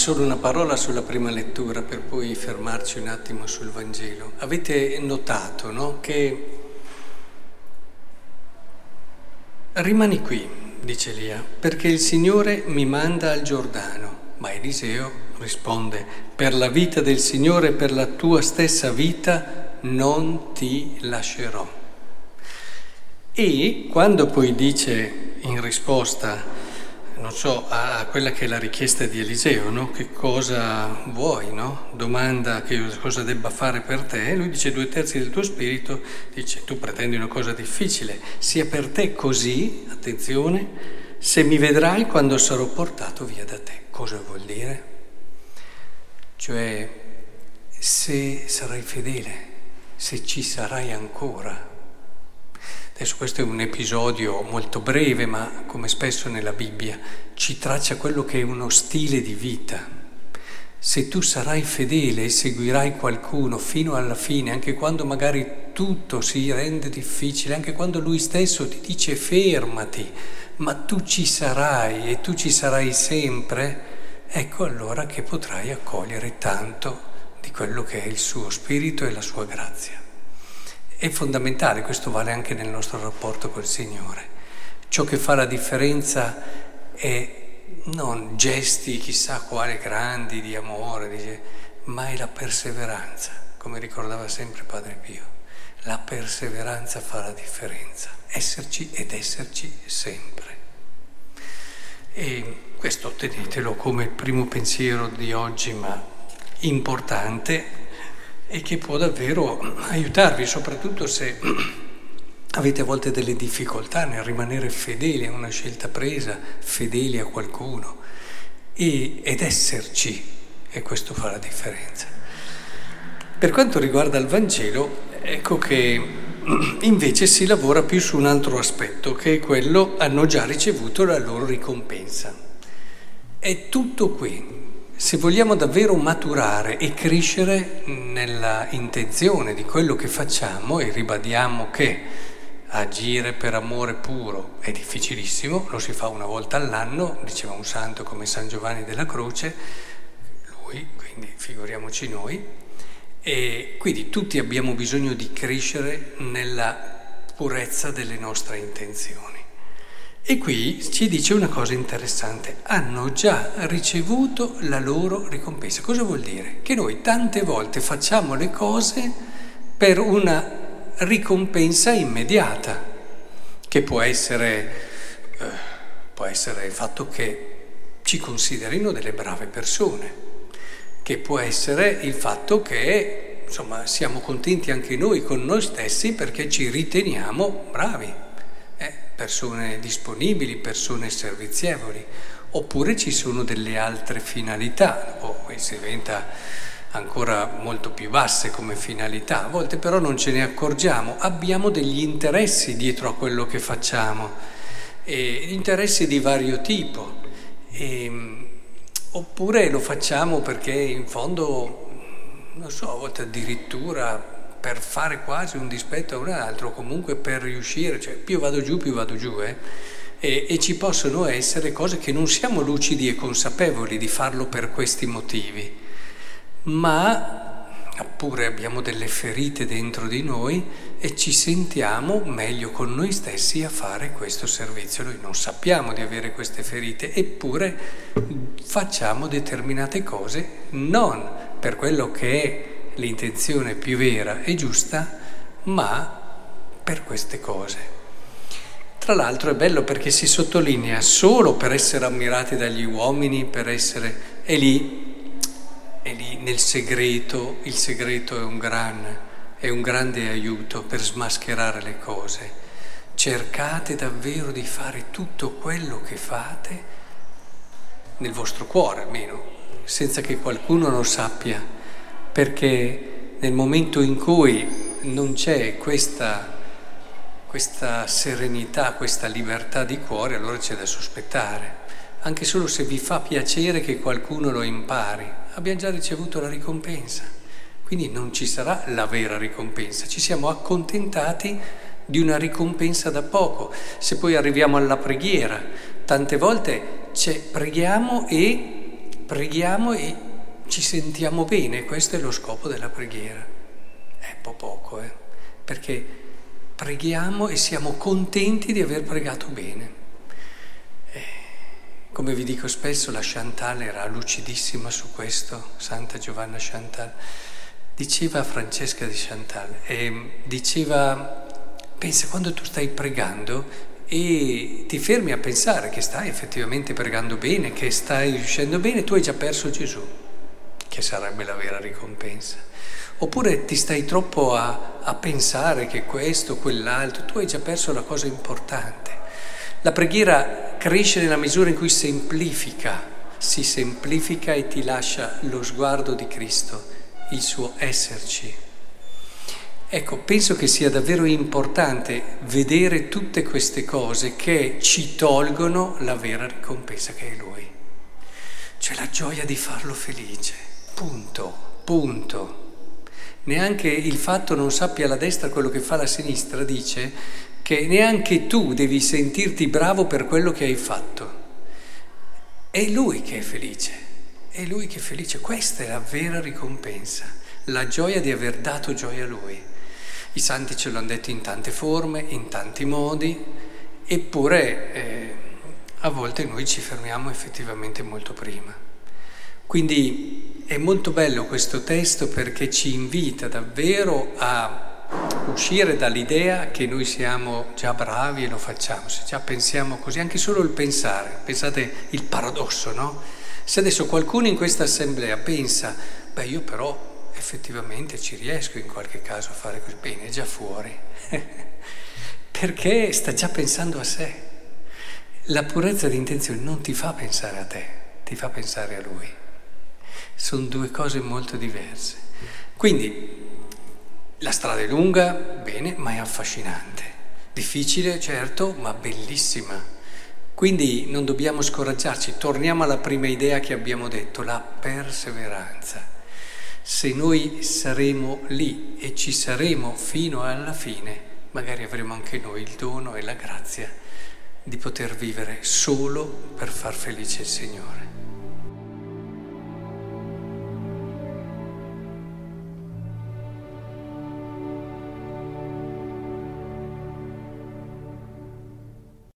solo una parola sulla prima lettura per poi fermarci un attimo sul Vangelo. Avete notato, no? Che rimani qui, dice Elia, perché il Signore mi manda al Giordano. Ma Eliseo risponde: per la vita del Signore, per la tua stessa vita, non ti lascerò. E quando poi dice in risposta, non so, a quella che è la richiesta di Eliseo, no? Che cosa vuoi, no? Domanda che cosa debba fare per te. Lui dice 2/3 del tuo spirito, dice tu pretendi una cosa difficile, sia per te così, attenzione, se mi vedrai quando sarò portato via da te. Cosa vuol dire? Cioè, se sarai fedele, se ci sarai ancora. Adesso questo è un episodio molto breve, ma come spesso nella Bibbia ci traccia quello che è uno stile di vita. Se tu sarai fedele e seguirai qualcuno fino alla fine, anche quando magari tutto si rende difficile, anche quando lui stesso ti dice fermati, ma tu ci sarai e tu ci sarai sempre, ecco allora che potrai accogliere tanto di quello che è il suo spirito e la sua grazia. È fondamentale, questo vale anche nel nostro rapporto col Signore. Ciò che fa la differenza è non gesti chissà quali grandi di amore, ma è la perseveranza, come ricordava sempre Padre Pio. La perseveranza fa la differenza, esserci ed esserci sempre. E questo tenetelo come primo pensiero di oggi, ma importante, e che può davvero aiutarvi, soprattutto se avete a volte delle difficoltà nel rimanere fedeli a una scelta presa, fedeli a qualcuno, ed esserci, e questo fa la differenza. Per quanto riguarda il Vangelo, ecco che invece si lavora più su un altro aspetto, che è quello: hanno già ricevuto la loro ricompensa. È tutto qui. Se vogliamo davvero maturare e crescere nella intenzione di quello che facciamo, e ribadiamo che agire per amore puro è difficilissimo, lo si fa una volta all'anno, diceva un santo come San Giovanni della Croce, lui, quindi figuriamoci noi, e quindi tutti abbiamo bisogno di crescere nella purezza delle nostre intenzioni. E qui ci dice una cosa interessante: hanno già ricevuto la loro ricompensa. Cosa vuol dire? Che noi tante volte facciamo le cose per una ricompensa immediata, che può essere il fatto che ci considerino delle brave persone, che può essere il fatto che, insomma, siamo contenti anche noi con noi stessi perché ci riteniamo bravi. Persone disponibili, persone servizievoli, oppure ci sono delle altre finalità, poi si diventa ancora molto più basse come finalità, a volte però non ce ne accorgiamo, abbiamo degli interessi dietro a quello che facciamo, interessi di vario tipo, oppure lo facciamo perché in fondo, non so, a volte addirittura per fare quasi un dispetto a un altro, comunque per riuscire, cioè più vado giù, e ci possono essere cose che non siamo lucidi e consapevoli di farlo per questi motivi, ma oppure abbiamo delle ferite dentro di noi e ci sentiamo meglio con noi stessi a fare questo servizio. Noi non sappiamo di avere queste ferite, eppure facciamo determinate cose non per quello che è l'intenzione più vera e giusta, ma per queste cose. Tra l'altro è bello perché si sottolinea solo per essere ammirati dagli uomini, per essere... È lì nel segreto, il segreto è un grande aiuto per smascherare le cose. Cercate davvero di fare tutto quello che fate nel vostro cuore, almeno, senza che qualcuno lo sappia, perché nel momento in cui non c'è questa serenità, questa libertà di cuore, allora c'è da sospettare. Anche solo se vi fa piacere che qualcuno lo impari, abbiamo già ricevuto la ricompensa. Quindi non ci sarà la vera ricompensa, ci siamo accontentati di una ricompensa da poco. Se poi arriviamo alla preghiera, tante volte preghiamo e preghiamo e ci sentiamo bene, questo è lo scopo della preghiera. È un po' poco, perché preghiamo e siamo contenti di aver pregato bene. Come vi dico spesso, la Chantal era lucidissima su questo, Santa Giovanna Chantal. Diceva Francesca di Chantal, diceva, pensa quando tu stai pregando e ti fermi a pensare che stai effettivamente pregando bene, che stai riuscendo bene, tu hai già perso Gesù, che sarebbe la vera ricompensa. Oppure ti stai troppo a pensare che questo, quell'altro, tu hai già perso la cosa importante. La preghiera cresce nella misura in cui si semplifica e ti lascia lo sguardo di Cristo, il suo esserci. Ecco, penso che sia davvero importante vedere tutte queste cose che ci tolgono la vera ricompensa che è Lui. Cioè la gioia di farlo felice, punto. Neanche il fatto non sappia la destra quello che fa la sinistra dice che neanche tu devi sentirti bravo per quello che hai fatto. È Lui che è felice, questa è la vera ricompensa, la gioia di aver dato gioia a Lui. I santi ce l'hanno detto in tante forme, in tanti modi, eppure a volte noi ci fermiamo effettivamente molto prima. Quindi è molto bello questo testo perché ci invita davvero a uscire dall'idea che noi siamo già bravi e lo facciamo, se già pensiamo così, anche solo il pensare, pensate il paradosso, no? Se adesso qualcuno in questa assemblea pensa, io però effettivamente ci riesco in qualche caso a fare così, bene, è già fuori, perché sta già pensando a sé. La purezza di intenzione non ti fa pensare a te, ti fa pensare a Lui. Sono due cose molto diverse. Quindi la strada è lunga, bene, ma è affascinante. Difficile, certo, ma bellissima. Quindi non dobbiamo scoraggiarci. Torniamo alla prima idea che abbiamo detto, la perseveranza. Se noi saremo lì e ci saremo fino alla fine, magari avremo anche noi il dono e la grazia di poter vivere solo per far felice il Signore.